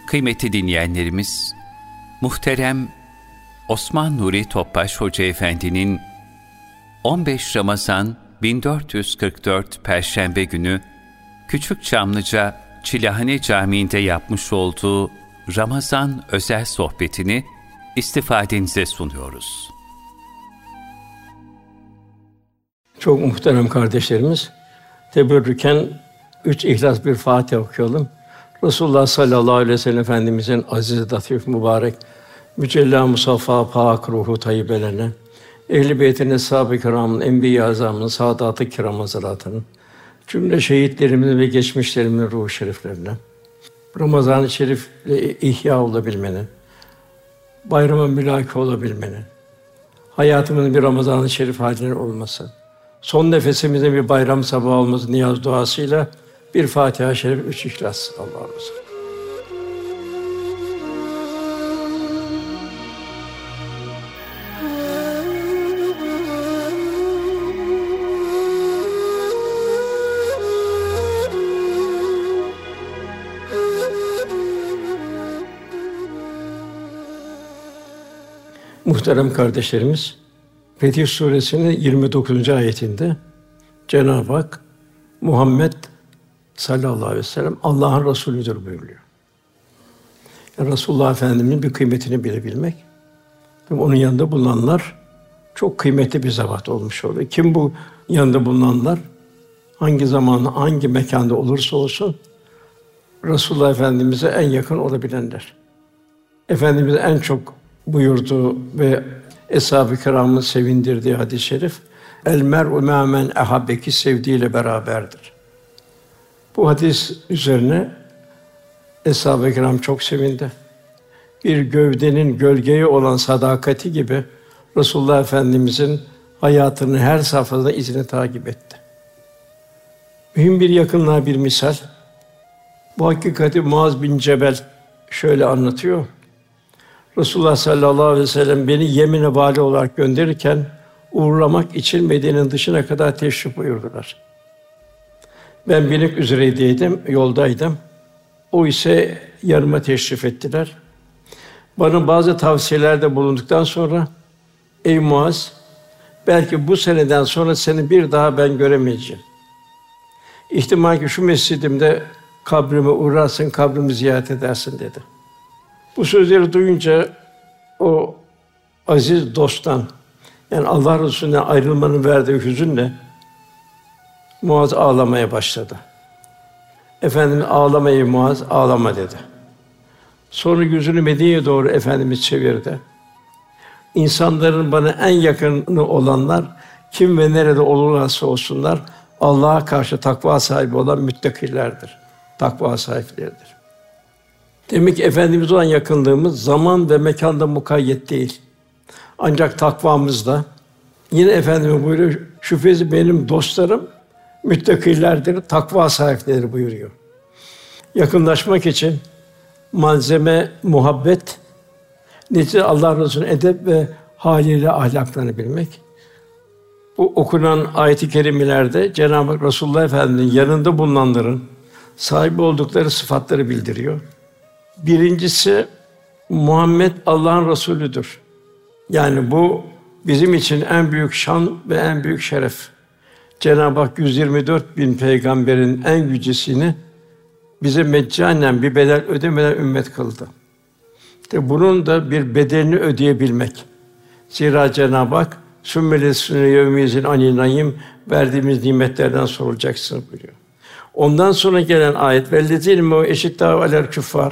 Kıymetli dinleyenlerimiz, muhterem Osman Nuri Topbaş Hoca Efendi'nin 15 Ramazan 1444 Perşembe günü Küçükçamlıca Çilahane Camii'nde yapmış olduğu Ramazan özel sohbetini istifadenize sunuyoruz. Çok muhterem kardeşlerimiz, teberrüken 3 İhlas bir Fatiha okuyalım. Resulullah sallallahu aleyhi ve sellem Efendimizin aziz, latif, mübarek, mücella, musaffa, pak ruhu tayyibelerine, ehl-i beytin, eshâb-ı kirâmın, enbiya-i azamın, saadat-ı kirâm hazretlerinin, cümle şehitlerimizin ve geçmişlerimizin ruhu şeriflerine, Ramazan-ı Şerif'le ihya olabilmenin, bayrama mülâke olabilmenin, hayatımızın bir Ramazan-ı Şerif hâline olması, son nefesimizin bir bayram sabahı olması niyaz duasıyla bir Fatiha-i Şerif, 3 İhlas. Allah'a emanet. Muhterem kardeşlerimiz, Fetih Suresi'nin 29. ayetinde Cenab-ı Hak Muhammed sallallahu aleyhi ve sellem Allah'ın Resulüdür buyuruyor. Yani Resulullah Efendimiz'in bir kıymetini bilebilmek ve onun yanında bulunanlar çok kıymetli bir zevat olmuş oluyor. Kim bu yanında bulunanlar? Hangi zaman, hangi mekanda olursa olsun Resulullah Efendimiz'e en yakın olabilenler. Efendimiz en çok buyurduğu ve Eshâb-ı Kirâm'ın sevindirdiği hadis-i şerif, "El mer'u mâ men ehabbeki" sevdiğiyle beraberdir. Bu hadis üzerine Eshâb-ı Kirâm çok sevindi. Bir gövdenin gölgeye olan sadakati gibi Resulullah Efendimizin hayatının her safhasında izini takip etti. Mühim bir yakınlığa bir misal. Bu hakikati Muaz bin Cebel şöyle anlatıyor. Resulullah sallallahu aleyhi ve sellem beni Yemen'e vali olarak gönderirken uğurlamak için Medine'nin dışına kadar teşrif buyurdular. Ben binek üzereydim, yoldaydım. O ise yanıma teşrif ettiler. Bana bazı tavsiyelerde bulunduktan sonra, ey Muaz, belki bu seneden sonra seni bir daha ben göremeyeceğim. İhtimal ki şu mescidimde kabrime uğrarsın, kabrimi ziyaret edersin dedi. Bu sözleri duyunca o aziz dosttan, yani Allah Resulü'nden ayrılmanın verdiği hüzünle Muaz ağlamaya başladı. Efendimiz ağlama ey Muaz, ağlama dedi. Sonra yüzünü Medine'ye doğru Efendimiz çevirdi. İnsanların bana en yakını olanlar kim ve nerede olurlarsa olsunlar Allah'a karşı takva sahibi olan müttakilerdir. Takva sahipleridir. Demek ki Efendimiz olan yakınlığımız zaman ve mekanda mukayyet değil. Ancak takvamızda yine Efendimiz buyuruyor, şüphesiz benim dostlarım müttakilerdir, takva sahipleri buyuruyor. Yakınlaşmak için malzeme muhabbet, neticede Allah Resulü'nün edep ve haliyle ahlaklarını bilmek. Bu okunan ayet-i kerimelerde Cenab-ı Hak Resulullah Efendimiz'in yanında bulunanların sahip oldukları sıfatları bildiriyor. Birincisi, Muhammed Allah'ın Resulüdür. Yani bu bizim için en büyük şan ve en büyük şeref. Cenab-ı Hak 124.000 peygamberin en yücesini bize meccanen bir bedel ödemeden ümmet kıldı. İşte bunun da bir bedelini ödeyebilmek. Zira Cenab-ı Hak "Sümmele yevmiyezin anil naim" verdiğimiz nimetlerden sorulacaksın buyuruyor. Ondan sonra gelen ayet "Vellezîne ve eşittâ alel küffâr"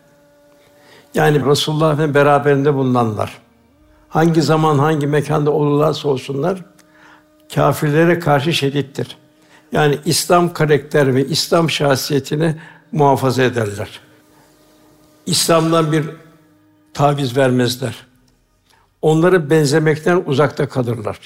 yani Resulullah ve beraberinde bulunanlar. Hangi zaman, hangi mekanda olurlarsa olsunlar, kâfirlere karşı şedittir. Yani İslam karakter ve İslam şahsiyetini muhafaza ederler. İslam'dan bir taviz vermezler. Onlara benzemekten uzakta kalırlar.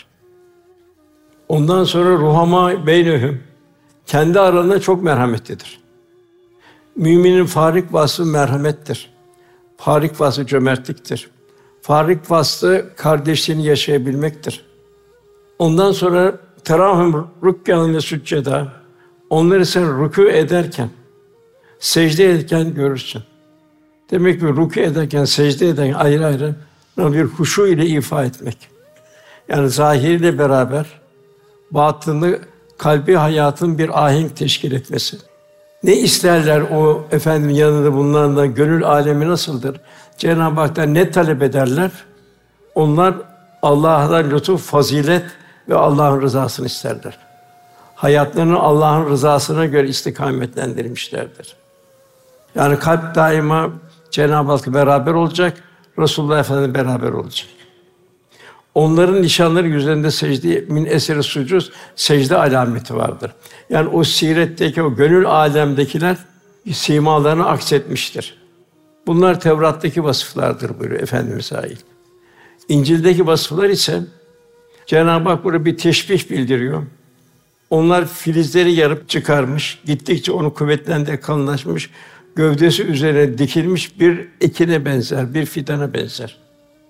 Ondan sonra ruhama beynehum, kendi aralarında çok merhametlidir. Müminin farik vasfı merhamettir. Farik vasfı cömertliktir. Farik vasfı kardeşliğini yaşayabilmektir. Ondan sonra terahum rükkan ve sücceda, onları sen rükû ederken, secde ederken görürsün. Demek ki rükû ederken, secde ederken ayrı ayrı bir huşu ile ifa etmek. Yani zahiriyle beraber batını, kalbi hayatın bir ahenk teşkil etmesi. Ne isterler o efendim yanında bulunanlar, gönül alemi nasıldır? Cenab-ı Hak'tan ne talep ederler? Onlar Allah'tan lütuf, fazilet ve Allah'ın rızasını isterler. Hayatlarını Allah'ın rızasına göre istikametlendirmişlerdir. Yani kalp daima Cenab-ı Hak'la beraber olacak, Resulullah Efendimiz'le beraber olacak. Onların nişanları yüzlerinde secde min eseri sucud, secde alameti vardır. Yani o siretteki o gönül alemdekiler simalarını aksetmiştir. Bunlar Tevrat'taki vasıflardır buyuruyor Efendimiz ait. İncil'deki vasıflar ise Cenab-ı Hak burada bir teşbih bildiriyor. Onlar filizleri yarıp çıkarmış, gittikçe onu kuvvetlendi, kalınlaşmış, gövdesi üzerine dikilmiş bir ekine benzer, bir fidana benzer.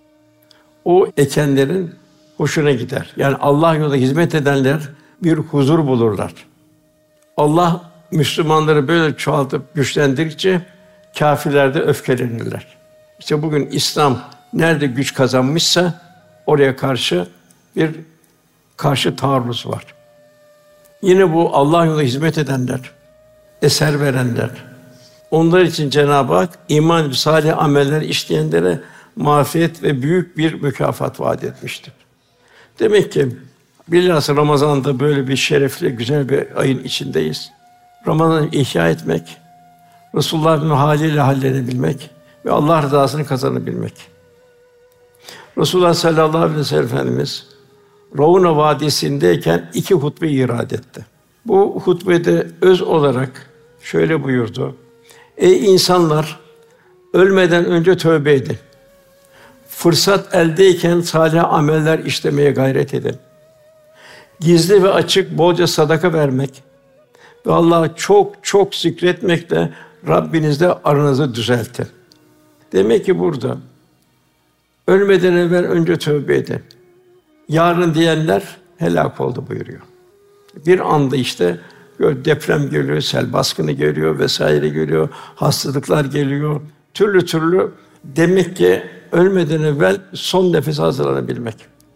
O ekenlerin hoşuna gider. Yani Allah yolunda hizmet edenler bir huzur bulurlar. Allah Müslümanları böyle çoğaltıp güçlendirdikçe kâfirler de öfkelenirler. İşte bugün İslam nerede güç kazanmışsa oraya karşı bir karşı taarruz var. Yine bu Allah yolunda hizmet edenler, eser verenler, onlar için Cenab-ı Hak iman edip salih ameller işleyenlere mağfiret ve büyük bir mükafat vaat etmiştir. Demek ki bilhassa Ramazan'da böyle bir şerefli, güzel bir ayın içindeyiz. Ramazan'ı ihya etmek, Resulullah'ın haliyle hallenebilmek ve Allah rızasını kazanabilmek. Resulullah sallallahu aleyhi ve sellem Efendimiz Ravuna Vadisi'ndeyken 2 hutbe irad etti. Bu hutbede öz olarak şöyle buyurdu: Ey insanlar! Ölmeden önce tövbe edin. Fırsat eldeyken salih ameller işlemeye gayret edin. Gizli ve açık bolca sadaka vermek ve Allah'ı çok çok zikretmekle Rabbinizle aranızı düzeltin. Demek ki burada ölmeden evvel önce tövbe edin. Yarın diyenler helak oldu buyuruyor. Bir anda işte deprem geliyor, sel baskını geliyor vesaire geliyor, hastalıklar geliyor. Türlü türlü demek ki ölmeden evvel son nefese hazırlanabilmek.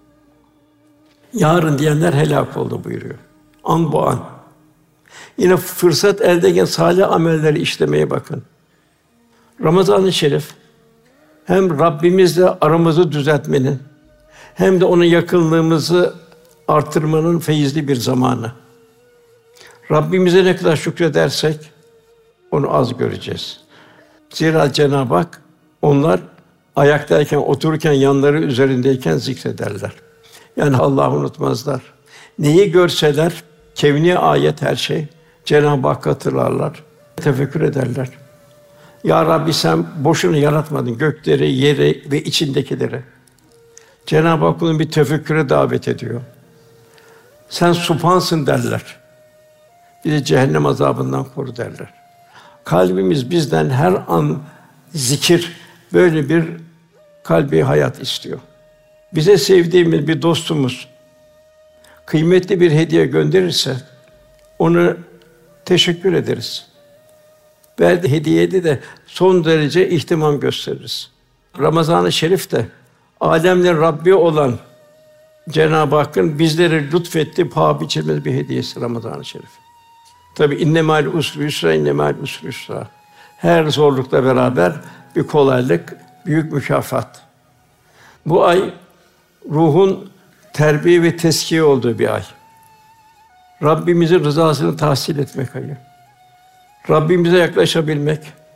Yarın diyenler helak oldu buyuruyor. An bu an. Yine fırsat eldeyken salih amelleri işlemeye bakın. Ramazan-ı Şerif hem Rabbimizle aramızı düzeltmenin hem de onun yakınlığımızı artırmanın feyizli bir zamanı. Rabbimize ne kadar şükredersek onu az göreceğiz. Zira Cenab-ı Hak onlar ayaktayken, otururken, yanları üzerindeyken zikrederler. Yani Allah'ı unutmazlar. Neyi görseler, kevni ayet her şey, Cenab-ı Hakk'ı hatırlarlar, tefekkür ederler. Ya Rabbi sen boşuna yaratmadın gökleri, yeri ve içindekileri. Cenab-ı Hak bunu bir tefekküre davet ediyor. Sen subhansın derler. Bir de cehennem azabından koru derler. Kalbimiz bizden her an zikir, böyle bir kalbi hayat istiyor. Bize sevdiğimiz bir dostumuz kıymetli bir hediye gönderirse ona teşekkür ederiz. Verdiği hediyede de son derece ihtimam gösteririz. Ramazan-ı Şerif de âlemlerin Rabbi olan Cenab-ı Hakk'ın bizlere lütfettiği paha biçilmez bir hediyesi Ramazan-ı Şerif. Tabii innemâl usri yusra, innemâl usri yusra. Her zorlukla beraber bir kolaylık, büyük mükafat. Bu ay ruhun terbiye ve teskiye olduğu bir ay. Rabbimizin rızasını tahsil etmek ayı. Rabbimize yaklaşabilmek,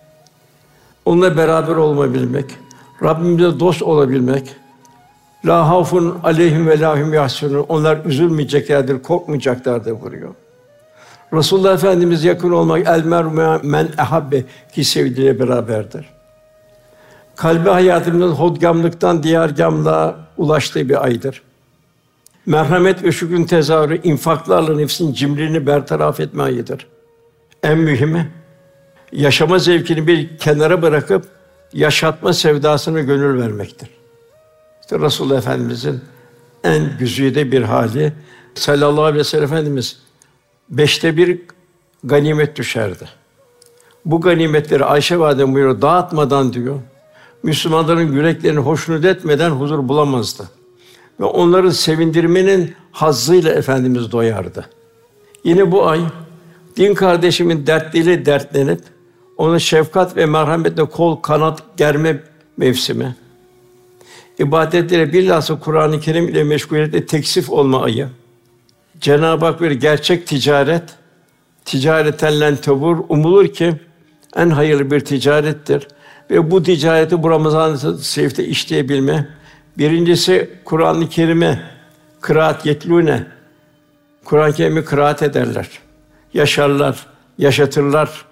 onunla beraber olabilmek, Rabbimize dost olabilmek. La havfun aleyhim ve la hum yahzunun. Onlar üzülmeyeceklerdir, korkmayacaklardır buyuruyor. Resulullah Efendimiz yakın olmak el mer'u men ehabbe ki sevdiğiyle beraberdir. Kalbi hayatımızın hodgamlıktan diyargamlığa ulaştığı bir aydır. Merhamet ve şükrün tezahürü, infaklarla nefsin cimriliğini bertaraf etme ayıdır. En mühimi, yaşama zevkini bir kenara bırakıp yaşatma sevdasına gönül vermektir. İşte Resulullah Efendimizin en güzide bir hali, sallallahu aleyhi ve sellem Efendimiz 1/5 ganimet düşerdi. bu ganimetleri Ayşe validem buyuruyor, dağıtmadan diyor, Müslümanların yüreklerini hoşnut etmeden huzur bulamazdı. Ve onları sevindirmenin hazzıyla Efendimiz doyardı. Yine bu ay, din kardeşimin dertleriyle dertlenip, ona şefkat ve merhametle kol kanat germe mevsimi, ibadetlere bilhassa Kur'an-ı Kerim ile meşguliyetle teksif olma ayı, Cenab-ı Hak bir gerçek ticareten len tebur, umulur ki en hayırlı bir ticarettir ve bu ticareti bu Ramazan-ı Şerif'te işleyebilme. Birincisi Kur'an-ı Kerim'e kıraat yetlûne, Kur'an-ı Kerim'i kıraat ederler, yaşarlar, yaşatırlar.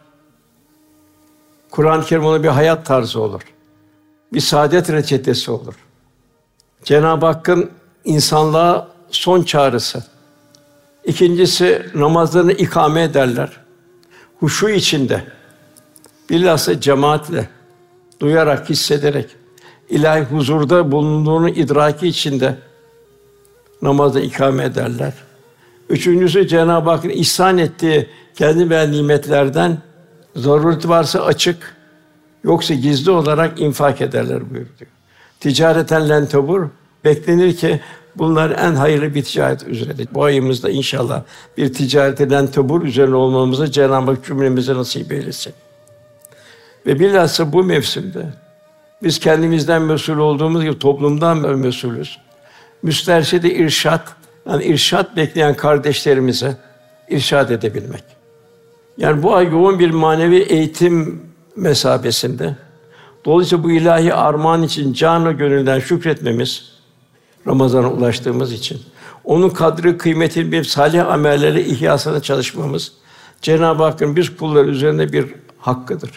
Kur'an-ı Kerim ona bir hayat tarzı olur, bir saadet reçetesi olur. Cenab-ı Hakk'ın insanlığa son çağrısı. İkincisi namazlarını ikame ederler. Huşu içinde, bilhassa cemaatle, duyarak, hissederek, ilahi huzurda bulunduğunu idraki içinde namazda ikame ederler. Üçüncüsü Cenab-ı Hakk'ın ihsan ettiği kendi ve nimetlerden zarureti varsa açık, yoksa gizli olarak infak ederler buyuruyor. Ticareten len tebur, beklenir ki bunlar en hayırlı bir ticaret üzeredir. Bu ayımızda inşallah bir ticareti len tebur üzerine olmamızı Cenab-ı Hak cümlemize nasip eylesin. Ve bilhassa bu mevsimde biz kendimizden mesul olduğumuz gibi toplumdan mesulüz. Müsterşid-i irşad, yani irşad bekleyen kardeşlerimize irşad edebilmek. Yani bu ay yoğun bir manevi eğitim mesabesinde. Dolayısıyla bu ilahi armağan için canı gönülden şükretmemiz, Ramazan'a ulaştığımız için, onun kadri kıymetini bilip salih amelleri ihyasına çalışmamız, Cenab-ı Hakk'ın biz kulları üzerinde bir hakkıdır.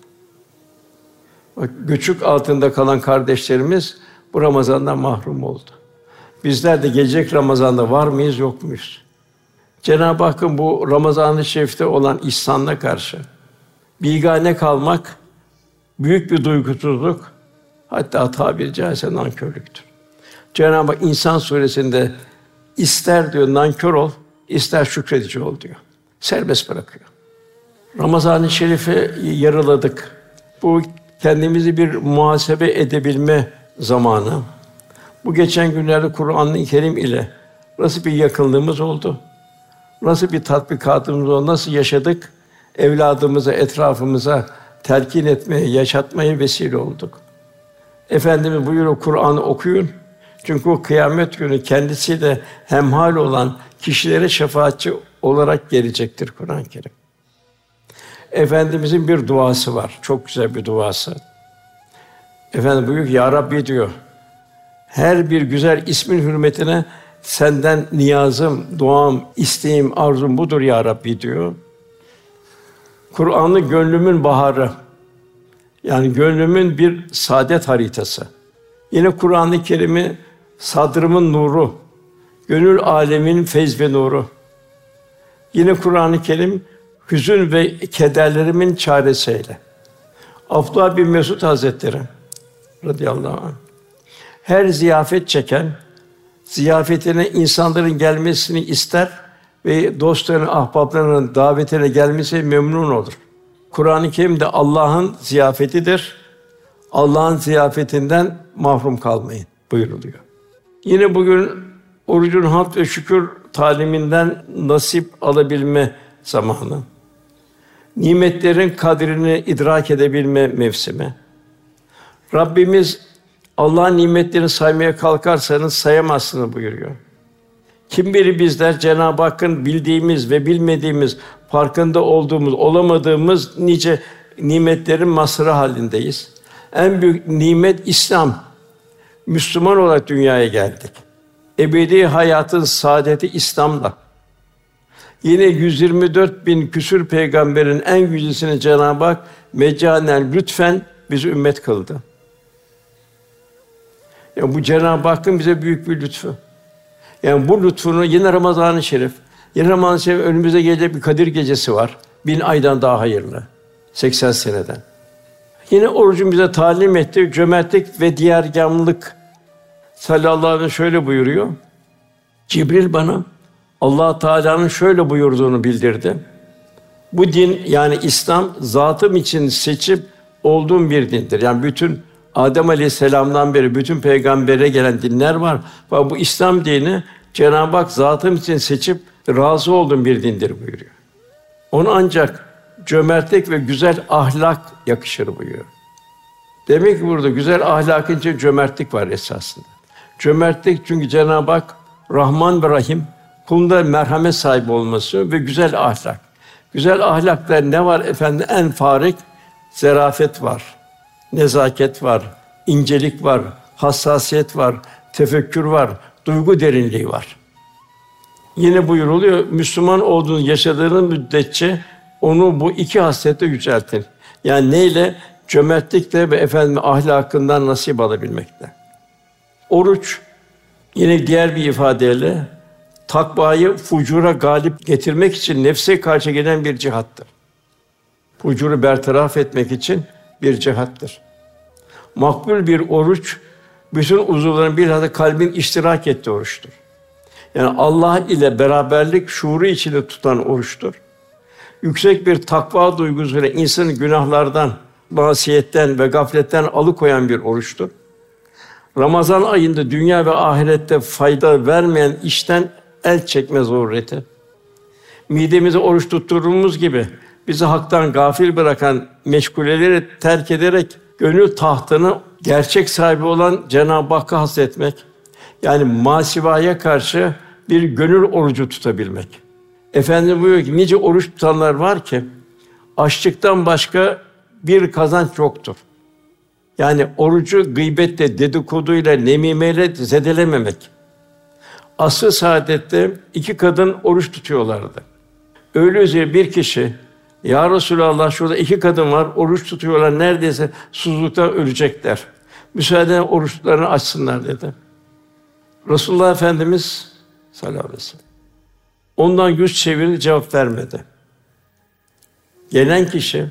Bak, göçük altında kalan kardeşlerimiz bu Ramazan'dan mahrum oldu. Bizler de gelecek Ramazan'da var mıyız, yok muyuz? Cenab-ı Hakk'ın bu Ramazan-ı Şerif'te olan ihsanına karşı bigane kalmak büyük bir duygusuzluk, hatta tabiri caizse nankörlüktür. Cenab-ı Hak İnsan Suresi'nde ister diyor nankör ol, ister şükredici ol diyor. Serbest bırakıyor. Ramazan-ı Şerif'i yarıladık. Bu kendimizi bir muhasebe edebilme zamanı. Bu geçen günlerde Kur'an-ı Kerim ile nasıl bir yakınlığımız oldu? Nasıl bir tatbikatımız oldu? Nasıl yaşadık? Evladımıza, etrafımıza telkin etmeye, yaşatmaya vesile olduk. Efendimiz buyuruyor, Kur'an'ı okuyun. Çünkü o kıyamet günü kendisiyle hemhal olan kişilere şefaatçi olarak gelecektir Kur'an-ı Kerim. Efendimizin bir duası var, çok güzel bir duası. Efendim buyuruyor ki, Ya Rabbi diyor, her bir güzel ismin hürmetine senden niyazım, duam, isteğim, arzum budur ya Rabbi diyor. Kur'an'ı gönlümün baharı, yani gönlümün bir saadet haritası. Yine Kur'an-ı Kerim'i sadrımın nuru, gönül âlemin feyz ve nuru. Yine Kur'an-ı Kerim hüzün ve kederlerimin çaresiyle. Abdullah bin Mesud Hazretleri radıyallahu anh, her ziyafet çeken, ziyafetine insanların gelmesini ister ve dostlarının, ahbaplarının davetine gelmesi memnun olur. Kur'an-ı Kerim de Allah'ın ziyafetidir. Allah'ın ziyafetinden mahrum kalmayın buyuruluyor. Yine bugün orucun hamd ve şükür taliminden nasip alabilme zamanı. Nimetlerin kadrini idrak edebilme mevsimi. Rabbimiz Allah'ın nimetlerini saymaya kalkarsanız sayamazsınız buyuruyor. Kim bilir bizler Cenab-ı Hakk'ın bildiğimiz ve bilmediğimiz, farkında olduğumuz, olamadığımız nice nimetlerin mazharı halindeyiz. En büyük nimet İslam. Müslüman olarak dünyaya geldik. Ebedi hayatın saadeti İslam'la. Yine 124.000 küsur peygamberin en güzelsini Cenab-ı Hak mecanen lütfen bizi ümmet kıldı. Yani bu Cenab-ı Hakk'ın bize büyük bir lütfu. Yani bu lütfunu yine Ramazan-ı Şerif, yine Ramazan-ı Şerif önümüze gelecek bir Kadir Gecesi var. 1000 aydan daha hayırlı. 80 seneden. Yine orucun bize talim ettiği cömertlik ve diyargâmlık. Sallallahu aleyhi ve sellem şöyle buyuruyor. Cibril bana Allah Teala'nın şöyle buyurduğunu bildirdi. Bu din yani İslam zatım için seçip olduğum bir dindir. Yani bütün Adem Aleyhisselam'dan beri bütün peygambere gelen dinler var. Fakat bu İslam dini Cenab-ı Hak zatım için seçip razı olduğum bir dindir buyuruyor. Ona ancak cömertlik ve güzel ahlak yakışır buyuruyor. Demek ki burada güzel ahlakın içinde cömertlik var esasında. Cömertlik çünkü Cenab-ı Hak Rahman ve Rahim, kulunda merhamet sahibi olması ve güzel ahlak. Güzel ahlakta ne var efendim? En farik zarafet var, nezaket var, incelik var, hassasiyet var, tefekkür var, duygu derinliği var. Yine buyuruluyor, Müslüman olduğunu yaşadığınız müddetçe onu bu iki hasletle yüceltin. Yani neyle? Cömertlikle ve efendim ahlakından nasip alabilmekle. Oruç yine diğer bir ifadeyle takvayı fucura galip getirmek için nefse karşı gelen bir cihattır. Fucuru bertaraf etmek için bir cihattır. Makbul bir oruç bütün uzuvların bilhassa kalbin iştirak ettiği oruçtur. Yani Allah ile beraberlik şuuru içinde tutan oruçtur. Yüksek bir takva duygusuyla insanı günahlardan, masiyetten ve gafletten alıkoyan bir oruçtur. Ramazan ayında dünya ve ahirette fayda vermeyen işten el çekme zarureti. Midemize oruç tutturduğumuz gibi bizi haktan gafil bırakan meşguleleri terk ederek gönül tahtını gerçek sahibi olan Cenab-ı Hakk'a hasretmek. Yani masivaya karşı bir gönül orucu tutabilmek. Efendimiz buyuruyor ki nice oruç tutanlar var ki açlıktan başka bir kazanç yoktur. Yani orucu gıybetle, dedikoduyla, nemimeyle zedelememek. Asr-ı saadette 2 kadın oruç tutuyorlardı. Öyle üzere bir kişi, ya Resulallah şurada 2 kadın var, oruç tutuyorlar, neredeyse susuzluktan ölecekler. Müsaaden oruçlarını açsınlar dedi. Resulullah Efendimiz sallallahu aleyhi ve sellem ondan yüz çevirdi, cevap vermedi. Gelen kişi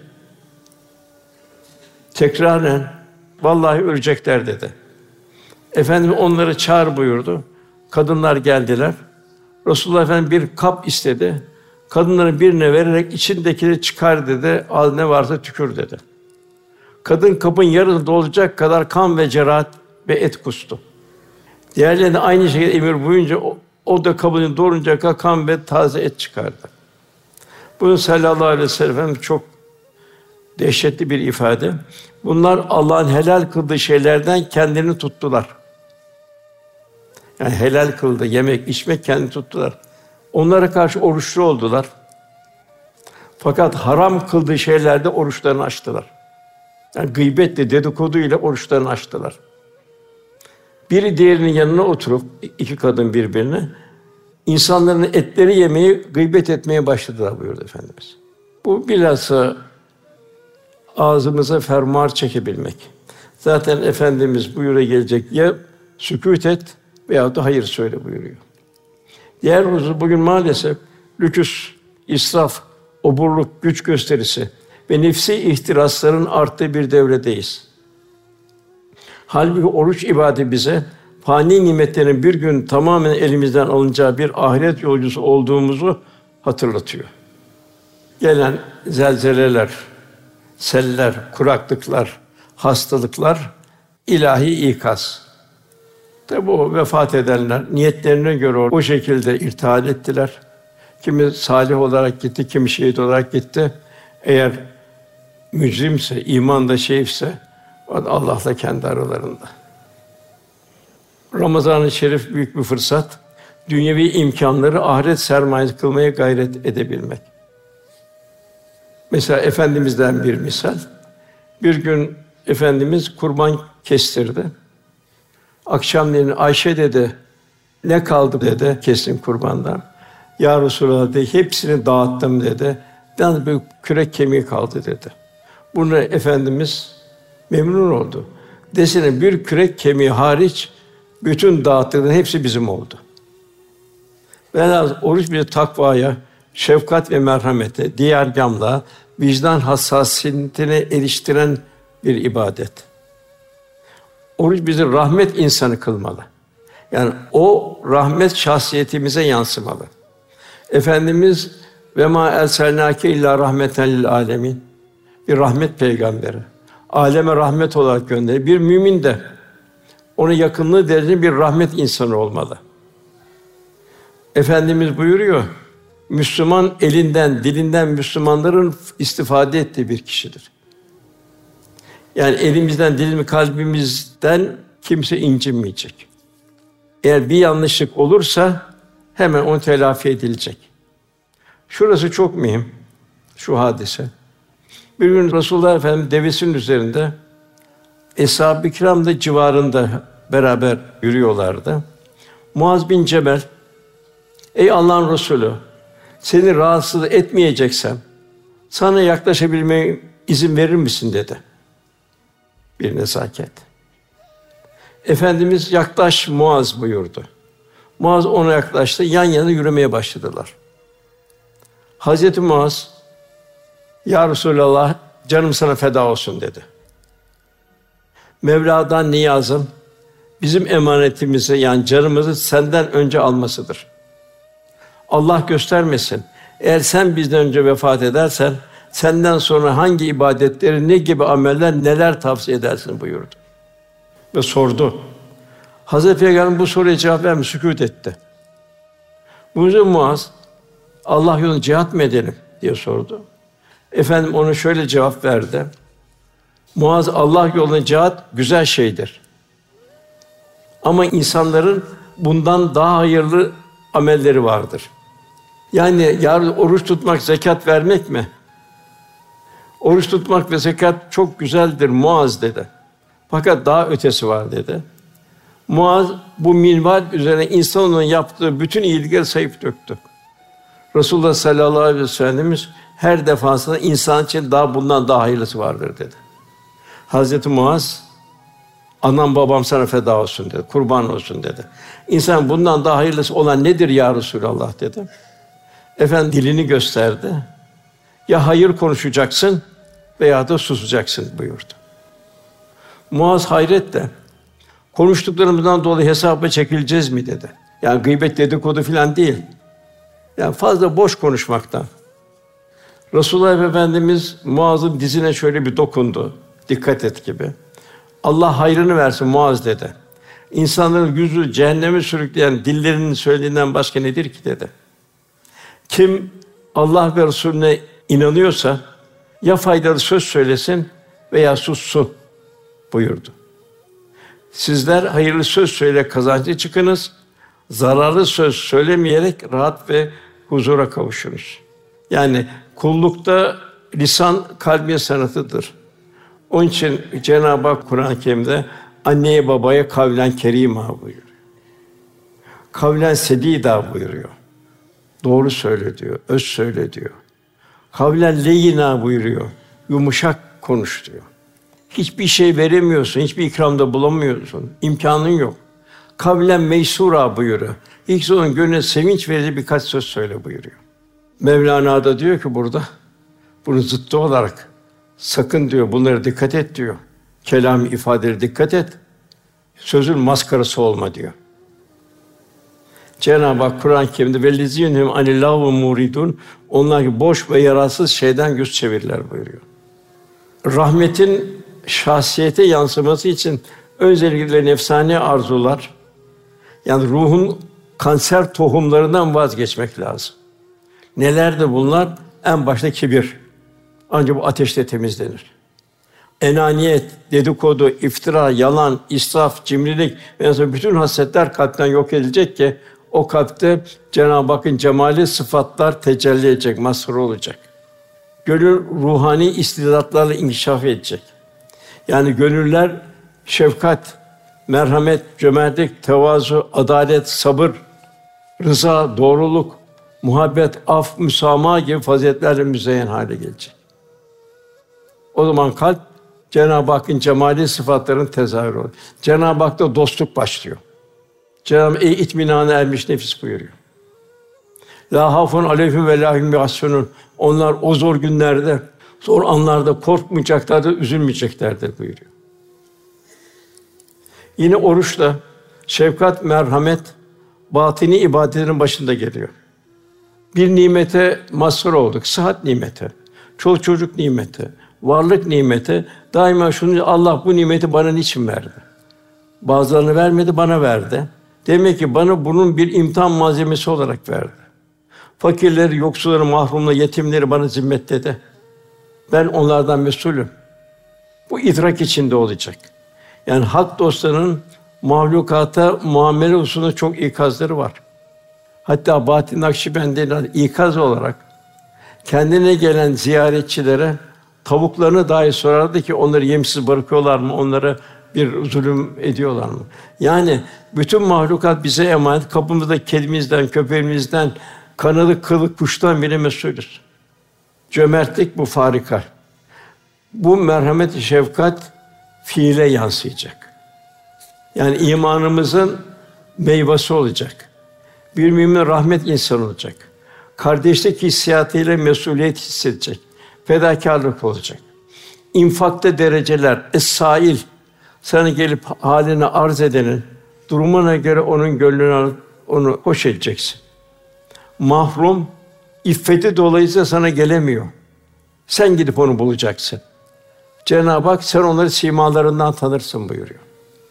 tekraren vallahi ölecekler dedi. Efendimiz onları çağır buyurdu. Kadınlar geldiler. Resulullah Efendimiz bir kap istedi. Kadınların birine vererek içindekileri çıkar dedi. Al ne varsa tükür dedi. Kadın kabın yarısını dolduracak kadar kan ve cerahat ve et kustu. Diğerlerine aynı şekilde emir buyurunca o da kabını doldurunca kadar kan ve taze et çıkardı. Bunu sallallahu aleyhi ve sellem çok dehşetli bir ifade. Bunlar Allah'ın helal kıldığı şeylerden kendini tuttular. Yani helal kıldı, yemek, içmek kendini tuttular. Onlara karşı oruçlu oldular. Fakat haram kıldığı şeylerde oruçlarını açtılar. Yani gıybetle, dedikoduyla oruçlarını açtılar. Biri diğerinin yanına oturup 2 kadın birbirine insanların etleri yemeyi, gıybet etmeye başladılar buyurdu Efendimiz. Bu bilhassa ağzımıza fermuar çekebilmek. Zaten Efendimiz buyura gelecek ya sükût et veyahut da hayır söyle buyuruyor. Diğer husus bugün maalesef lüküs, israf, oburluk, güç gösterisi ve nefsi ihtirasların arttığı bir devredeyiz. Halbuki oruç ibadeti bize fani nimetlerin bir gün tamamen elimizden alınacağı bir ahiret yolcusu olduğumuzu hatırlatıyor. Gelen zelzeleler, seller, kuraklıklar, hastalıklar ilahi ikaz. Tabi o vefat edenler niyetlerine göre o şekilde irtihal ettiler. Kimi salih olarak gitti, kimi şehit olarak gitti. Eğer mücrimse, imanda şeyfse Allah'la kendi aralarında. Ramazan-ı Şerif büyük bir fırsat. Dünyevi imkânları ahiret sermayesi kılmaya gayret edebilmek. Mesela Efendimiz'den bir misal. Bir gün Efendimiz kurban kestirdi. Akşamleyin Ayşe dedi, ne kaldı dedi kesin kurbandan. Ya Resulallah dedi, hepsini dağıttım dedi. Yalnız bir kürek kemiği kaldı dedi. Bunu Efendimiz memnun oldu. Desene bir kürek kemiği hariç bütün dağıttıkların hepsi bizim oldu. Velhâsıl oruç bir takvaya, şefkat ve merhamete, diyargâmlığa, vicdan hassasiyetine eriştiren bir ibadet. Oruç bizi rahmet insanı kılmalı. Yani o rahmet şahsiyetimize yansımalı. Efendimiz Ve mâ erselnâke illâ rahmeten lil âlemin. Bir rahmet peygamberi. Aleme rahmet olarak gönderildi. Bir mümin de onun yakınlığı derecesinde bir rahmet insanı olmalı. Efendimiz buyuruyor, Müslüman elinden, dilinden Müslümanların istifade ettiği bir kişidir. Yani elimizden, dilimiz, kalbimizden kimse incinmeyecek. Eğer bir yanlışlık olursa hemen onu telafi edilecek. Şurası çok mühim, şu hadise. Bir gün Resulullah Efendimiz devesinin üzerinde, Eshab-ı Kiram da civarında beraber yürüyorlardı. Muaz bin Cebel, ey Allah'ın Resulü, seni rahatsız etmeyeceksem sana yaklaşabilmeye izin verir misin dedi. Bir nezaket. Efendimiz yaklaş Muaz buyurdu. Muaz ona yaklaştı, yan yana yürümeye başladılar. Hazreti Muaz, ya Resulallah, canım sana feda olsun dedi. Mevla'dan niyazım, bizim emanetimizi yani canımızı senden önce almasıdır. Allah göstermesin, eğer sen bizden önce vefat edersen, senden sonra hangi ibadetleri, ne gibi ameller, neler tavsiye edersin buyurdu. Ve sordu. Hazreti Peygamber bu soruya cevap vermedi, sükût etti. Buyurdu Muaz, Allah yolunda cihat mı edelim diye sordu. Efendim ona şöyle cevap verdi. Muaz, Allah yolunda cihat güzel şeydir. Ama insanların bundan daha hayırlı amelleri vardır. Yani yarın oruç tutmak, zekat vermek mi? Oruç tutmak ve zekat çok güzeldir Muaz dedi. Fakat daha ötesi var dedi. Muaz bu minval üzerine insanoğlunun yaptığı bütün iyilikleri sayıp döktü. Resulullah sallallahu aleyhi ve sellemiz her defasında insan için bundan daha hayırlısı vardır dedi. Hazreti Muaz, anam babam sana feda olsun dedi, kurban olsun dedi. İnsan bundan daha hayırlısı olan nedir ya Resulallah dedi. Efendim dilini gösterdi. Ya hayır konuşacaksın veya da susacaksın buyurdu. Muaz hayretle, konuştuklarımızdan dolayı hesaba çekileceğiz mi dedi. Yani gıybet, dedikodu filan değil. Yani fazla boş konuşmaktan. Resulullah Efendimiz Muaz'ın dizine şöyle bir dokundu. Dikkat et gibi. Allah hayrını versin Muaz dedi. İnsanların yüzü cehenneme sürükleyen dillerinin söylediğinden başka nedir ki dedi. Kim Allah ve Resulüne inanıyorsa ya faydalı söz söylesin veya sussun buyurdu. Sizler hayırlı söz söyle kazançlı çıkınız, zararlı söz söylemeyerek rahat ve huzura kavuşunuz. Yani kullukta lisan kalbin sanatıdır. Onun için Cenab-ı Hak Kur'an-ı Kerim'de anneye babaya kavlen kerîmâ buyuruyor. Kavlen sedîdâ buyuruyor. Doğru söyle diyor, öz söyle diyor. Kavlen leyyinâ buyuruyor. Yumuşak konuş diyor. Hiçbir şey veremiyorsun, hiçbir ikramda bulamıyorsun, imkânın yok. Kavlen meysûrâ buyuruyor. İlk onun gönlüne sevinç verici birkaç söz söyle buyuruyor. Mevlana da diyor ki burada, bunun zıttı olarak sakın diyor, bunlara dikkat et diyor. Kelam ifadeleri dikkat et. Sözün maskarası olma diyor. Cenab-ı Hak Kur'an-ı Kerim'de vellezînehum anillâhu muridun, onlar ki boş ve yararsız şeyden yüz çevirirler buyuruyor. Rahmetin şahsiyete yansıması için öncelikle nefsani arzular, yani ruhun kanser tohumlarından vazgeçmek lazım. Nelerdir bunlar? En başta kibir. Ancak bu ateşle temizlenir. Enaniyet, dedikodu, iftira, yalan, israf, cimrilik ve bütün hasletler kalpten yok edilecek ki o kalpte Cenab-ı Hakk'ın cemali sıfatlar tecelli edecek, mazhar olacak. Gönül ruhani istidatlarla inkişaf edecek. Yani gönüller şefkat, merhamet, cömertlik, tevazu, adalet, sabır, rıza, doğruluk, muhabbet, af, müsamaha gibi faziletlerle müzeyyen hale gelecek. O zaman kalp Cenab-ı Hakk'ın cemali sıfatlarının tezahürü olur. Cenab-ı Hak'ta dostluk başlıyor. Cenab-ı Hak itminana ermiş nefis buyuruyor. La hafun aleyhim ve la hum yahsunun. Onlar o zor günlerde, zor anlarda korkmayacaklardır, üzülmeyeceklerdir buyuruyor. Yine oruçla şefkat, merhamet batini ibadetlerin başında geliyor. Bir nimete mazhar olduk. Sıhhat nimeti, çoluk çocuk nimeti, varlık nimeti. Daima şunu, Allah bu nimeti bana niçin verdi? Bazılarına vermedi, bana verdi. Demek ki bana bunun bir imtihan malzemesi olarak verdi. Fakirleri, yoksulları, mahrumları, yetimleri bana zimmetledi. Ben onlardan mesulüm. Bu idrak içinde olacak. Yani hak dostlarının mahlukata muamele hususunda çok ikazları var. Hatta Bahattin Nakşibendi'nin ikaz olarak kendine gelen ziyaretçilere tavuklarını dahi sorardı ki onları yemsiz bırakıyorlar mı, onlara bir zulüm ediyorlar mı? Yani bütün mahlukat bize emanet. Kapımızda kedimizden, köpeğimizden, kanadı kıllı kuştan bile mesulüz. Cömertlik bu farika. Bu merhamet-i şefkat fiile yansıyacak. Yani imanımızın meyvesi olacak. Bir mümin rahmet insanı olacak. Kardeşlik hissiyatıyla mesuliyet hissedecek. Fedakârlık olacak. İnfakta dereceler, es-sâil, sana gelip halini arz edenin durumuna göre onun gönlünü alıp onu hoş edeceksin. Mahrum, iffeti dolayısıyla sana gelemiyor. Sen gidip onu bulacaksın. Cenab-ı Hak sen onları simalarından tanırsın buyuruyor.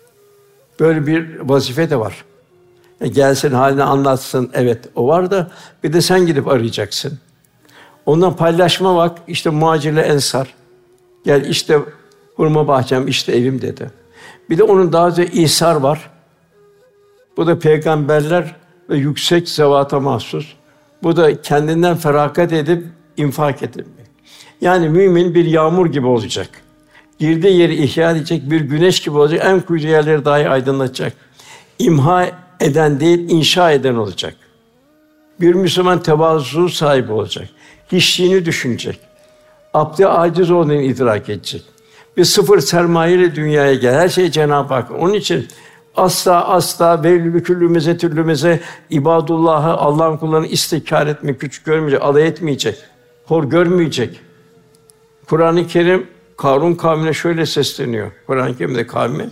Böyle bir vazife de var. Gelsin halini anlatsın, evet o var da bir de sen gidip arayacaksın. Ondan paylaşma bak, işte muhacirle ensar. Gel işte hurma bahçem, işte evim dedi. Bir de onun daha önce ihsar var. Bu da peygamberler ve yüksek zevata mahsus. Bu da kendinden feragat edip infak edilmek. Yani mümin bir yağmur gibi olacak. Girdiği yeri ihya edecek, bir güneş gibi olacak. En kuytu yerleri dahi aydınlatacak. İmha eden değil, inşa eden olacak. Bir Müslüman tevazu sahibi olacak. Hiçliğini düşünecek. Abd-i aciz olduğunu idrak edecek. Bir sıfır sermayeyle dünyaya gel. Her şey Cenab-ı Hak. Onun için asla velü küllümüze türlümüze ibadullah'ı, Allah'ın kullarını istikrar etmek, küçük görmeyecek, alay etmeyecek, hor görmeyecek. Kur'an-ı Kerim Karun kavmine şöyle sesleniyor. Kur'an-ı Kerim'de kavmi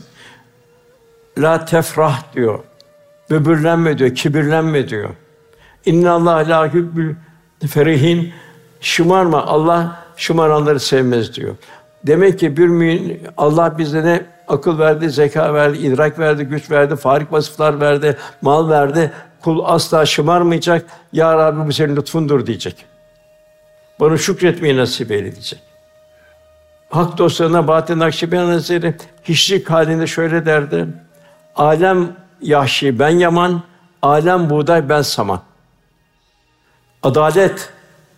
la tefrah diyor. Böbürlenme diyor, kibirlenme diyor. İnnallâhe lâ yuhibbul ferihin. Şımarma, Allah şımaranları sevmez diyor. Demek ki bir mümin, Allah bize ne akıl verdi, zeka verdi, idrak verdi, güç verdi, farik vasıflar verdi, mal verdi. Kul asla şımarmayacak. Ya Rabbi bu senin lütfundur diyecek. Bana şükretmeyi nasip eyle diyecek. Hak dostlarına Bahattin Nakşibendi Hazretleri hiçlik halinde şöyle derdi: Alem yahşi ben yaman, alem buğday ben saman. Adalet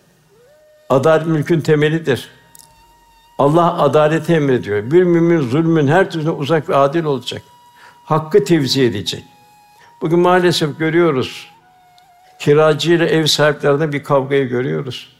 mülkün temelidir. Allah adaleti emrediyor. Bir mümin zulmün her türlüsüne uzak ve adil olacak. Hakkı tevzi edecek. Bugün maalesef görüyoruz. Kiracı ile ev sahiplerinde bir kavgayı görüyoruz.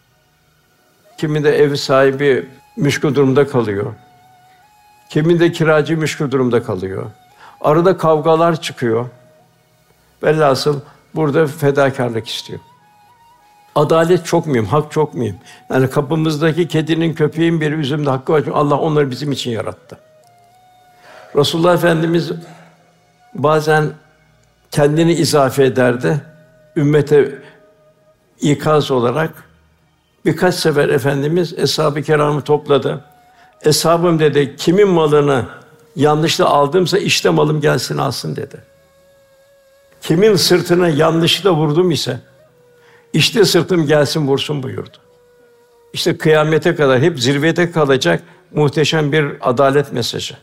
Kimi de ev sahibi müşkül durumda kalıyor. Kimi de kiracı müşkül durumda kalıyor. Arada kavgalar çıkıyor. Velhasıl burada fedakârlık istiyor. Adalet çok mühim, hak çok mühim. Yani kapımızdaki kedinin, köpeğin bir üzümde hakkı var. Allah onları bizim için yarattı. Resulullah Efendimiz bazen kendini izafe ederdi. Ümmete ikaz olarak birkaç sefer Efendimiz eshab-ı kiramı topladı. Eshabım dedi, kimin malını yanlışla aldımsa işte malım gelsin alsın dedi. Kimin sırtına yanlışla vurdum ise işte sırtım gelsin vursun buyurdu. İşte kıyamete kadar hep zirvede kalacak muhteşem bir adalet mesajı.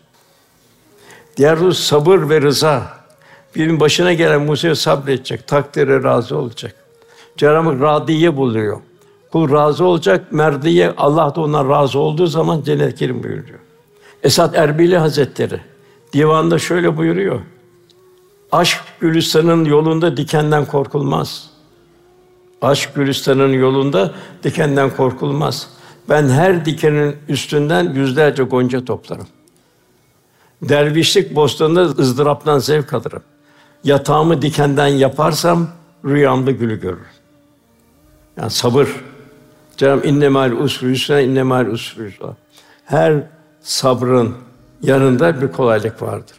Diğer husus sabır ve rıza. Birinin başına gelen musibete sabredecek, takdire razı olacak. Cenab-ı Hak radiye buluyor. Kul razı olacak, merdiye, Allah da ondan razı olduğu zaman cennet-i kerim buyuruyor. Esad Erbili Hazretleri divanında şöyle buyuruyor: Aşk Gülistan'ın yolunda dikenden korkulmaz. Aşk Gülistan'ın yolunda dikenden korkulmaz. Ben her dikenin üstünden yüzlerce gonca toplarım. Dervişlik bostanında ızdıraptan zevk alırım. Yatağımı dikenden yaparsam rüyamda gülü görürüm. Yani sabır. Cenab-ı innemâl usri yusra, innemâl usri yusra. Her sabrın yanında bir kolaylık vardır.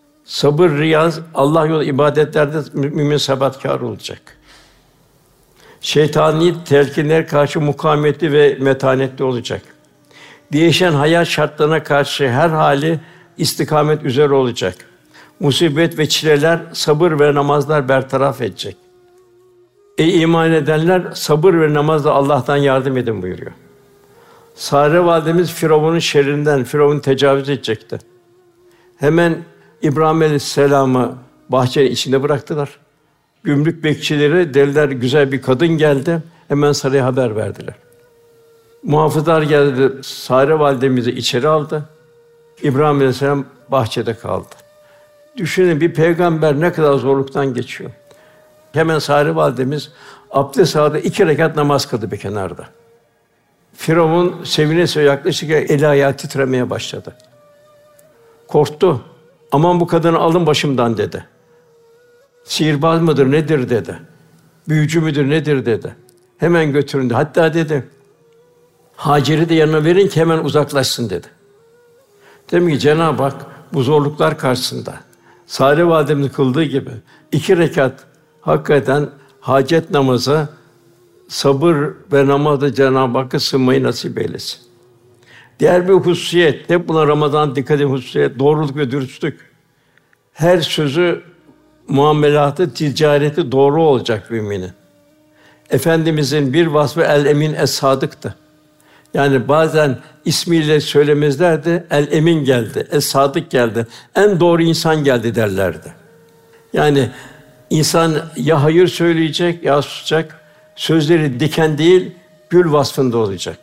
Sabır, riyaz, Allah yolu ibadetlerde mümin sebatkâr olacak. Şeytani telkinlere karşı mukavemetli ve metanetli olacak. Değişen hayat şartlarına karşı her hali istikamet üzere olacak. Musibet ve çileler, sabır ve namazlar bertaraf edecek. Ey iman edenler, sabır ve namazla Allah'tan yardım edin buyuruyor. Sare validemiz Firavun'un şerrinden, Firavun tecavüz edecekti. Hemen İbrahim Aleyhisselam'ı bahçenin içinde bıraktılar. Gümrük bekçileri dediler, güzel bir kadın geldi. Hemen saraya haber verdiler. Muhafızlar geldi, Sare validemizi içeri aldı. İbrahim Aleyhisselam bahçede kaldı. Düşünün, bir peygamber ne kadar zorluktan geçiyor. Hemen Sare validemiz abdest aldı, 2 rekat namaz kıldı bir kenarda. Firavun sevine yaklaşırken eli ayağı titremeye başladı. Korktu. Aman bu kadını alın başımdan dedi. Sihirbaz mıdır nedir dedi. Büyücü müdür nedir dedi. Hemen götürün dedi. Hatta dedi, Hacer'i de yanına verin ki hemen uzaklaşsın dedi. Demek ki Cenab-ı Hak bu zorluklar karşısında Sare validemizin kıldığı gibi 2 rekat hakikaten hacet namazı, sabır ve namazda Cenab-ı Hakk'a sığınmayı nasip eylesin. Diğer bir hususiyet, hep buna Ramazan dikkat edin hususiyet, doğruluk ve dürüstlük. Her sözü, muamelatı, ticareti doğru olacak müminin. Efendimizin bir vasfı el-emin es-sadıktı. Yani bazen ismiyle söylemezlerdi, el-emin geldi, es-sadık geldi, en doğru insan geldi derlerdi. Yani insan ya hayır söyleyecek ya susacak, sözleri diken değil, gül vasfında olacak.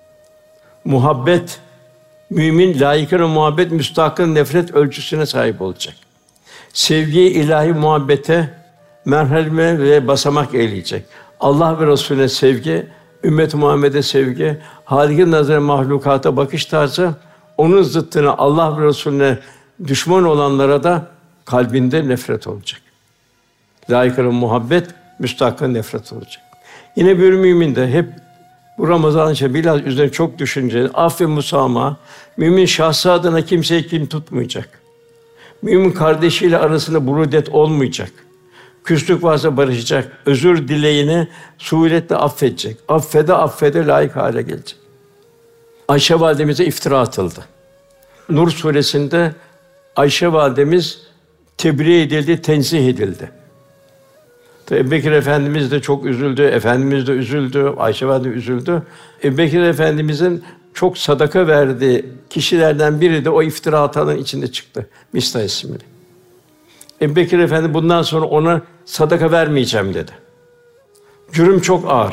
Muhabbet, mümin layıkına muhabbet, müstahkın nefret ölçüsüne sahip olacak. Sevgi ilahi muhabbete merheme ve basamak eğleyecek. Allah ve Resulüne sevgi, ümmet-i Muhammed'e sevgi, Hâlik'in nazarı mahlukata bakış tarzı, onun zıttına Allah ve Resulüne düşman olanlara da kalbinde nefret olacak. Layıkına muhabbet, müstahkın nefret olacak. Yine bir mümin de hep bu Ramazan-ı Şerif biraz üzerine çok düşünce, af ve musamaha, mümin şahsı adına kimseye kin tutmayacak. Mümin kardeşiyle arasında burudet olmayacak. Küslük varsa barışacak. Özür dileğini suhuletle affedecek. Affede layık hale gelecek. Ayşe validemize iftira atıldı. Nur suresinde Ayşe validemiz tebriğ edildi, tenzih edildi. Ebubekir Efendimiz de çok üzüldü, Efendimiz de üzüldü, Ayşe validemiz üzüldü. Ebubekir Efendimizin çok sadaka verdiği kişilerden biri de o iftira atanın içinde çıktı. Mistah isimli. Ebubekir Efendi bundan sonra ona sadaka vermeyeceğim dedi. Cürüm çok ağır.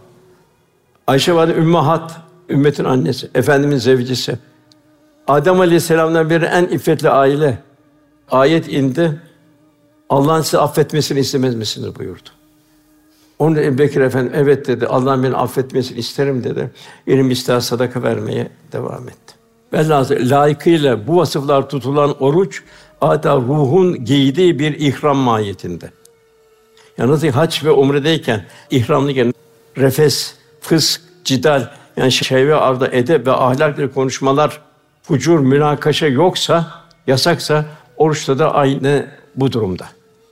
Ayşe valide Ümmahat, ümmetin annesi, Efendimiz zevcesi. Adem Aleyhisselam'dan beri en iffetli aile. Ayet indi. Allah'ın sizi affetmesini istemez misiniz buyurdu. Onun Ebubekir Efendi evet dedi. Allah'ın beni affetmesini isterim dedi. Benim ister sadaka vermeye devam etti. Velhâsıl layıkıyla bu vasıflar tutulan oruç adeta ruhun giydiği bir ihram mahiyetinde. Yani nasıl hac ve umredeyken ihramlıyken refes, fısk, cidal yani şehve arda edep ve ahlaklı konuşmalar, fucur, münakaşa yoksa, yasaksa oruçta da aynı bu durumda.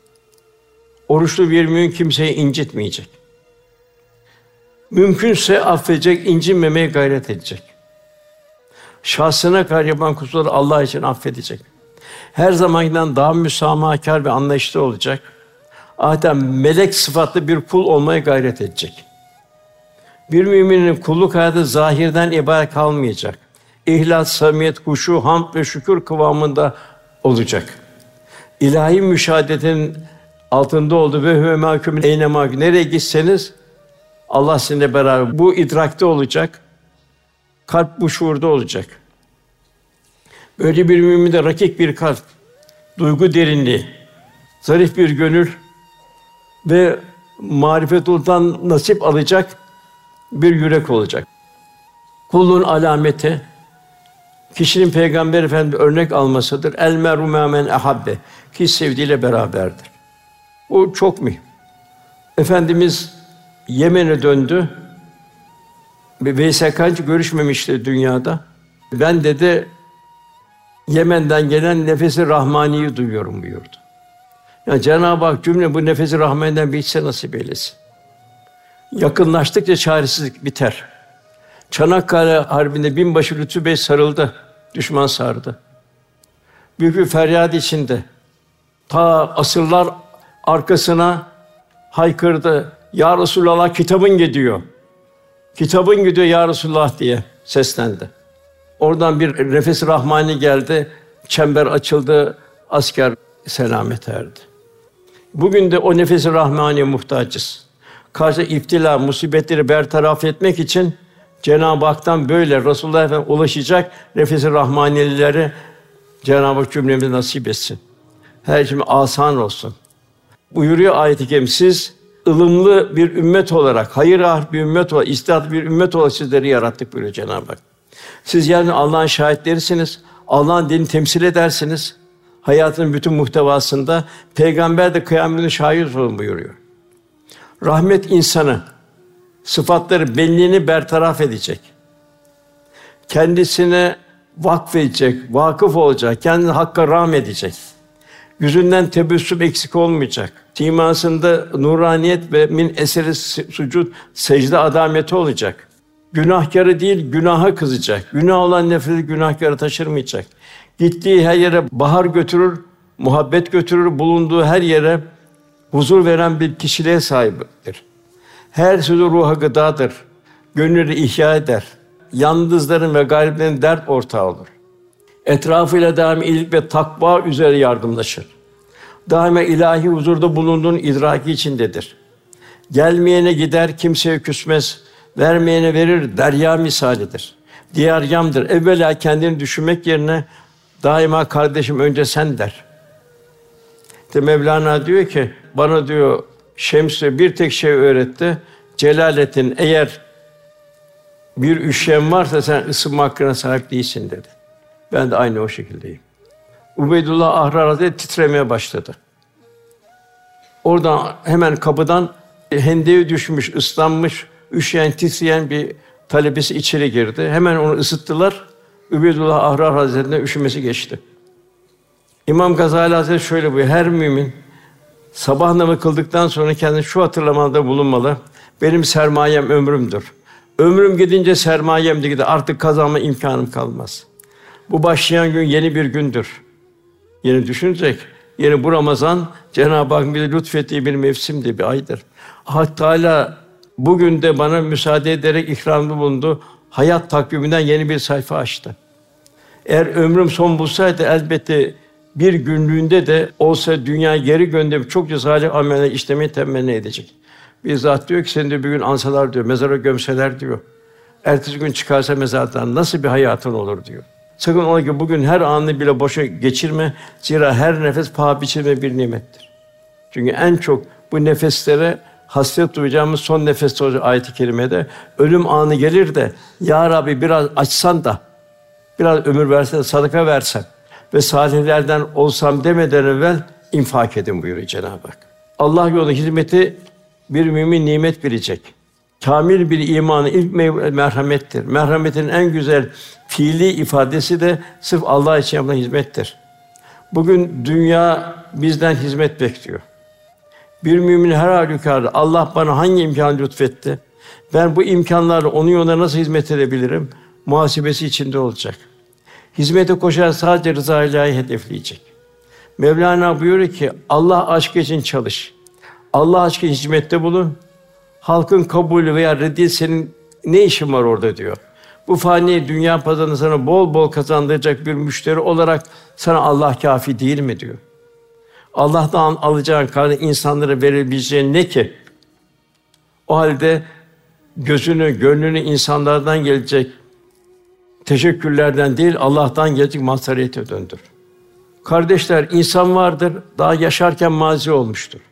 Oruçlu bir mümin kimseyi incitmeyecek. Mümkünse affedecek, incinmemeye gayret edecek. Şahsına karşı yapan kusurları Allah için affedecek. Her zamankinden daha müsamahakâr ve anlayışlı olacak. Adeta melek sıfatlı bir kul olmaya gayret edecek. Bir müminin kulluk hayatı zahirden ibaret kalmayacak. İhlas, samimiyet, huşu, hamd ve şükür kıvamında olacak. İlahi müşahedetin altında olduğu ve huve mâkûmûn eyne mâ nereye gitseniz Allah sizinle beraber. Bu idrakte olacak. Kalp bu şuurda olacak. Böyle bir müminde rakik bir kalp, duygu derinliği, zarif bir gönül ve marifetullah'tan nasip alacak bir yürek olacak. Kulluğun alameti kişinin Peygamber Efendimiz örnek almasıdır. El meru men ahabbe. Kişi sevdiğiyle beraberdir. Bu çok mühim. Efendimiz Yemen'e döndü. Veysel Karani görüşmemişti dünyada. Ben dedi Yemen'den gelen nefesi rahmaniyi duyuyorum buyurdu. Yani Cenab-ı Hak cümle bu nefesi rahmaninden bir içse nasip eylesin. Yakınlaştıkça çaresizlik biter. Çanakkale Harbi'nde binbaşı Lütfü Bey sarıldı, düşman sardı. Büyük bir feryat içinde, ta asırlar arkasına haykırdı. Ya Resulallah, kitabın gidiyor. Kitabın gidiyor ya Resulallah diye seslendi. Oradan bir nefes-i rahmani geldi, çember açıldı, asker selamet erdi. Bugün de o nefes-i rahmaniye muhtacız. Karşı iftila, musibetleri bertaraf etmek için Cenab-ı Hak'tan böyle Resulullah Efendimiz'e ulaşacak nefes-i rahmaniyeleri Cenab-ı Hak cümlemize nasip etsin. Her şey asan olsun. Buyuruyor ayet-i kerime, siz ılımlı bir ümmet olarak, hayır ahir bir ümmet olarak, istihatlı bir ümmet olarak sizleri yarattık buyuruyor Cenab-ı Hak. Siz yani Allah'ın şahitlerisiniz. Allah'ın dinini temsil edersiniz. Hayatın bütün muhtevasında peygamber de kıyamet günü şahit olun buyuruyor. Rahmet insanı sıfatları benliğini bertaraf edecek. Kendisine vakfedecek, vakıf olacak, kendini hakka rahmedecek. Yüzünden tebessüm eksik olmayacak. Simasında nuraniyet ve min eseri sucud, secde adameti olacak. Günahkarı değil, günaha kızacak. Günah olan nefreti günahkarı taşırmayacak. Gittiği her yere bahar götürür, muhabbet götürür, bulunduğu her yere huzur veren bir kişiliğe sahiptir. Her sözü ruha gıdadır. Gönülleri ihya eder. Yalnızların ve gariplerin dert ortağı olur. Etrafıyla daim iyilik ve takva üzere yardımlaşır. Daima ilahi huzurda bulunduğun idraki içindedir. Gelmeyene gider, kimseye küsmez. Vermeyene verir, derya misalidir. Diğer yamdır. Evvela kendini düşünmek yerine daima kardeşim önce sen der. İşte Mevlana diyor ki, bana diyor Şems bir tek şey öğretti. Celaletin eğer bir üşüyen varsa sen ısınma hakkına sahip değilsin dedi. Ben de aynı o şekildeyim. Ubeydullah Ahrar Hazretleri titremeye başladı. Oradan hemen kapıdan hendeye düşmüş, ıslanmış, üşüyen, titreyen bir talebesi içeri girdi. Hemen onu ısıttılar. Ubeydullah Ahrar Hazretleri'ne üşümesi geçti. İmam Gazali Hazretleri şöyle buyuruyor: her mümin sabah namazı kıldıktan sonra kendini şu hatırlamada bulunmalı: benim sermayem ömrümdür. Ömrüm gidince sermayem de gider. Artık kazanma imkânım kalmaz. Bu başlayan gün yeni bir gündür. Yeni düşünecek. Yeni bu Ramazan Cenab-ı Hakk'ın bize lütfettiği bir mevsimdir, bir aydır. Hak Teâlâ bugün de bana müsaade ederek ikramda bulundu. Hayat takviminden yeni bir sayfa açtı. Eğer ömrüm son bulsaydı elbette bir günlüğünde de olsa dünya geri gönderip çokça salih ameller işlemeyi temenni edecek. Bir zat diyor ki, seni de bir gün ansalar diyor, mezara gömseler diyor. Ertesi gün çıkarsa mezardan nasıl bir hayatın olur diyor. Sakın ola ki bugün her anını bile boşa geçirme. Zira her nefes paha biçilme bir nimettir. Çünkü en çok bu nefeslere hasret duyacağımız son nefeste olacak ayet-i kerimede. Ölüm anı gelir de ya Rabbi biraz açsan da biraz ömür versen, sadaka versen ve salihlerden olsam demeden evvel infak edin buyuruyor Cenab-ı Hak. Allah yolunda hizmeti bir mümin nimet bilecek. Kamil bir imanın ilk merhamettir. Merhametin en güzel fiili ifadesi de sırf Allah için yapılan hizmettir. Bugün dünya bizden hizmet bekliyor. Bir mümin her halükarda Allah bana hangi imkânı lütfetti? Ben bu imkânlarla onun yoluna nasıl hizmet edebilirim? Muhasebesi içinde olacak. Hizmete koşan sadece rıza-i ilahi hedefleyecek. Mevlana buyuruyor ki, Allah aşkı için çalış. Allah aşkı hizmette bulun. Halkın kabulü veya reddi senin ne işin var orada diyor. Bu fani dünya pazarında sana bol bol kazandıracak bir müşteri olarak sana Allah kâfi değil mi diyor. Allah'tan alacağın karşılığı insanlara verebileceğin ne ki? O halde gözünü, gönlünü insanlardan gelecek teşekkürlerden değil, Allah'tan gelecek mazhariyete döndür. Kardeşler, insan vardır, daha yaşarken mazi olmuştur.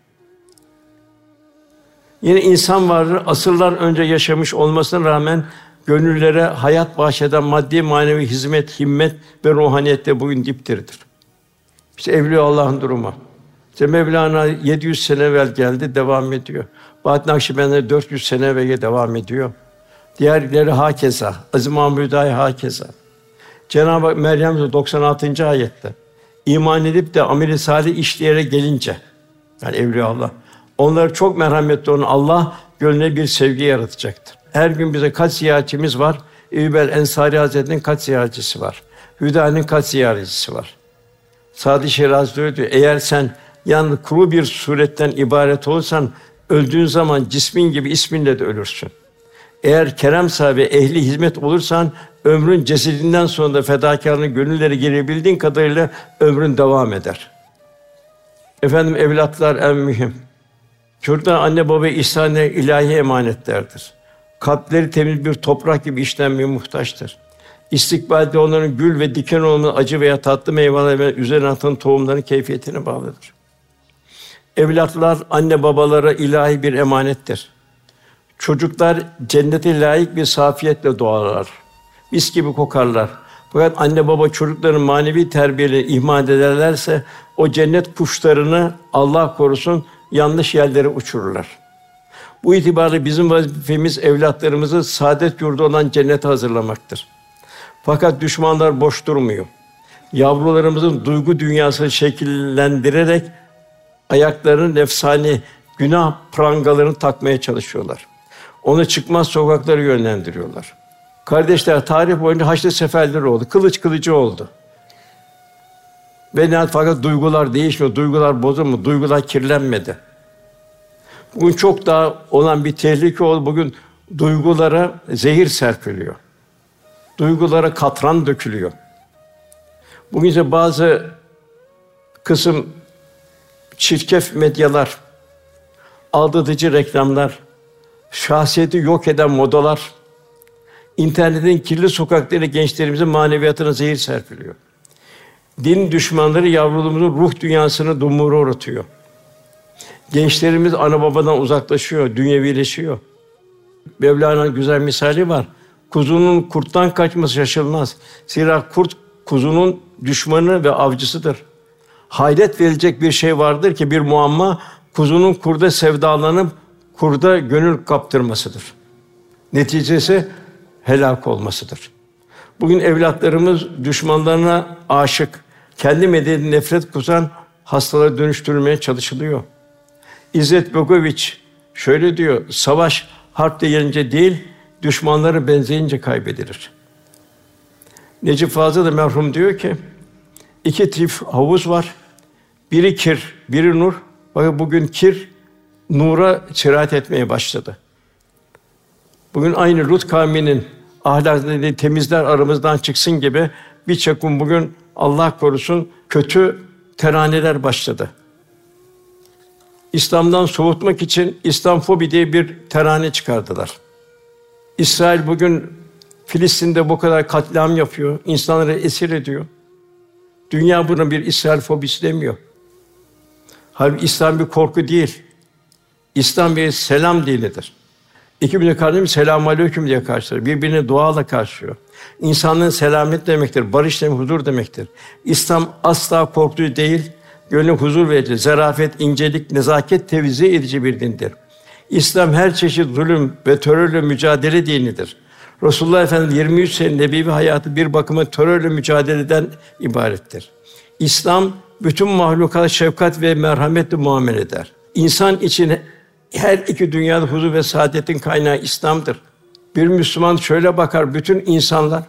Yine insan vardır, asırlar önce yaşamış olmasına rağmen gönüllere hayat bahşeden maddi manevi hizmet, himmet ve ruhaniyette bugün diptirdir. İşte Evliya Allah'ın durumu. İşte Mevlana 700 sene evvel geldi, devam ediyor. Bahattin Nakşibendi 400 sene evvel devam ediyor. Diğerleri hakeza, Aziz Mahmud Hüdayi hakeza. Cenab-ı Hak Meryem 96. ayette iman edip de amel-i salih işleyerek gelince, yani Evliya Allah, onları çok merhametli olan Allah gönlüne bir sevgi yaratacaktır. Her gün bize kaç ziyaretçimiz var? Eyyûb el-Ensari Hazretleri'nin kaç ziyaretçisi var? Hüdâ'nın kaç ziyaretçisi var? Sâd-ı Şirazi diyor, eğer sen yalnız kuru bir suretten ibaret olursan, öldüğün zaman cismin gibi isminle de ölürsün. Eğer kerem sahibi, ehli hizmet olursan, ömrün cesedinden sonra da fedakârlığın gönüllere girebildiğin kadarıyla ömrün devam eder. Efendim, evlatlar en mühim. Çocuklar anne babaya ihsan ilahi emanetlerdir. Kalpleri temiz bir toprak gibi işlenmeye muhtaçtır. İstikbalde onların gül ve diken olmanın acı veya tatlı meyveler ve üzerine atılan tohumların keyfiyetine bağlıdır. Evlatlar anne babalara ilahi bir emanettir. Çocuklar cennete layık bir safiyetle doğarlar. Mis gibi kokarlar. Fakat anne baba çocukların manevi terbiyelerini ihmal ederlerse o cennet kuşlarını Allah korusun yanlış yerlere uçururlar. Bu itibarla bizim vazifemiz evlatlarımızı saadet yurdu olan cennete hazırlamaktır. Fakat düşmanlar boş durmuyor. Yavrularımızın duygu dünyasını şekillendirerek ayaklarının nefsani günah prangalarını takmaya çalışıyorlar. Onu çıkmaz sokaklara yönlendiriyorlar. Kardeşler, tarih boyunca Haçlı seferleri oldu. Kılıç kılıcı oldu. Fakat duygular değişmiyor, duygular bozulmuyor, duygular kirlenmedi. Bugün çok daha olan bir tehlike oldu. Bugün duygulara zehir serpiliyor. Duygulara katran dökülüyor. Bugün ise bazı kısım çirkef medyalar, aldatıcı reklamlar, şahsiyeti yok eden modalar, internetin kirli sokakları gençlerimizin maneviyatına zehir serpiliyor. Din düşmanları yavruluğumuzun ruh dünyasını dumura uğratıyor. Gençlerimiz ana babadan uzaklaşıyor, dünyevileşiyor. Mevlana'nın güzel misali var. Kuzunun kurttan kaçması şaşılmaz. Zira kurt kuzunun düşmanı ve avcısıdır. Hayret verilecek bir şey vardır ki bir muamma, kuzunun kurda sevdalanıp kurda gönül kaptırmasıdır. Neticesi helak olmasıdır. Bugün evlatlarımız düşmanlarına aşık, kendi medeniyetine nefret kusan hastalara dönüştürülmeye çalışılıyor. İzzet Begoviç şöyle diyor: savaş harpte yenince değil, düşmanları benzeyince kaybedilir. Necip Fazıl da merhum diyor ki, iki tip havuz var. Biri kir, biri nur. Fakat bugün kir nura sirayet etmeye başladı. Bugün aynı Lut kavminin ahlakını temizler aramızdan çıksın gibi birçok bugün Allah korusun kötü teraneler başladı. İslam'dan soğutmak için İslamfobi diye bir terane çıkardılar. İsrail bugün Filistin'de bu kadar katliam yapıyor, insanları esir ediyor. Dünya buna bir İsrail fobisi demiyor. Halbuki İslam bir korku değil. İslam bir selam dinidir. İki bin kardeşim selamünaleyküm diye karşılar. Birbirini duayla karşılıyor. İnsanlığın selamet demektir, barış demektir, huzur demektir. İslam asla korkutucu değil, gönlüne huzur verici, zarafet, incelik, nezaket tevzi edici bir dindir. İslam her çeşit zulüm ve terörle mücadele dinidir. Resulullah Efendimiz 23 sene nebevi hayatı bir bakıma terörle mücadeleden ibarettir. İslam bütün mahlukata şefkat ve merhametle muamele eder. İnsan için her iki dünyada huzur ve saadetin kaynağı İslam'dır. Bir Müslüman şöyle bakar, bütün insanlar,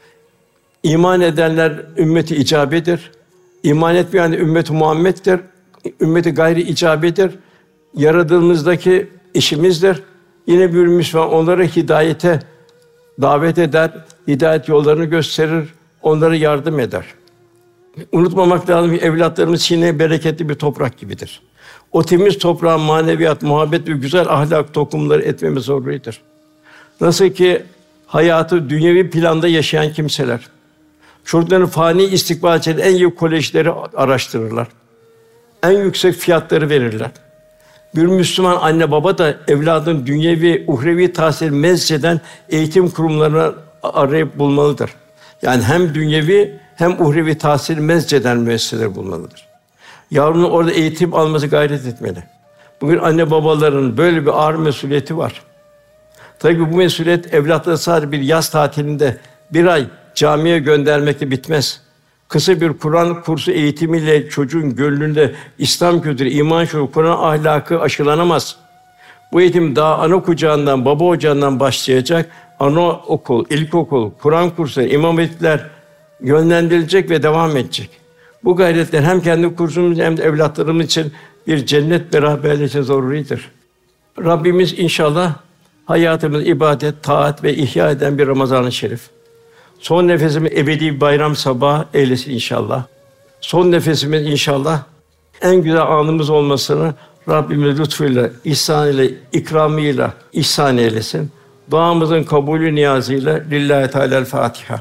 iman edenler ümmeti icabedir. İman etmeyenler ümmeti Muhammed'dir. Ümmeti gayri icabedir. Yaradığımızdaki işimizdir. Yine bir Müslüman onları hidayete davet eder, hidayet yollarını gösterir, onlara yardım eder. Unutmamak lazım ki evlatlarımız sineye bereketli bir toprak gibidir. O temiz toprağın maneviyat, muhabbet ve güzel ahlak tohumları etmemiz zorunludur. Nasıl ki hayatı dünyevi planda yaşayan kimseler, çocukların fani istikbal için en iyi kolejleri araştırırlar. En yüksek fiyatları verirler. Bir Müslüman anne baba da evladın dünyevi, uhrevi tahsil mezceden eğitim kurumlarını arayıp bulmalıdır. Yani hem dünyevi hem uhrevi tahsil mezceden müesseseleri bulmalıdır. Yavrunun orada eğitim alması gayret etmeli. Bugün anne babaların böyle bir ağır mesuliyeti var. Tabii bu mesuliyet evlatları sadece bir yaz tatilinde bir ay camiye göndermekle bitmez. Kısa bir Kur'an kursu eğitimiyle çocuğun gönlünde İslam kültürü, iman şuuru, Kur'an ahlakı aşılanamaz. Bu eğitim daha ana kucağından, baba ocağından başlayacak. Anaokul, ilkokul, Kur'an kursları, imam hatipler yönlendirilecek ve devam edecek. Bu gayretler hem kendi kursumuz hem de evlatlarımız için bir cennet beraberliği için zaruridir. Rabbimiz inşallah hayatımız ibadet, taat ve ihya eden bir Ramazan-ı Şerif. Son nefesimi ebedi bir bayram sabahı eylesin inşallah. Son nefesimiz inşallah en güzel anımız olmasını Rabbimiz lütfuyla, ihsanıyla, ikramıyla ihsan eylesin. Duamızın kabulü niyazıyla Lillahi Teala'l-Fatiha.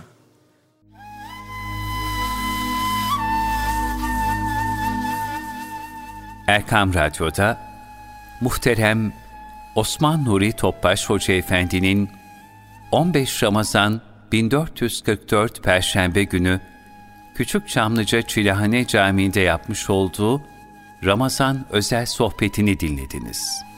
Erkam Radyo'da muhterem Osman Nuri Topbaş Hoca Efendi'nin 15 Ramazan 1444 Perşembe günü Küçükçamlıca Çilehane Camii'nde yapmış olduğu Ramazan özel sohbetini dinlediniz.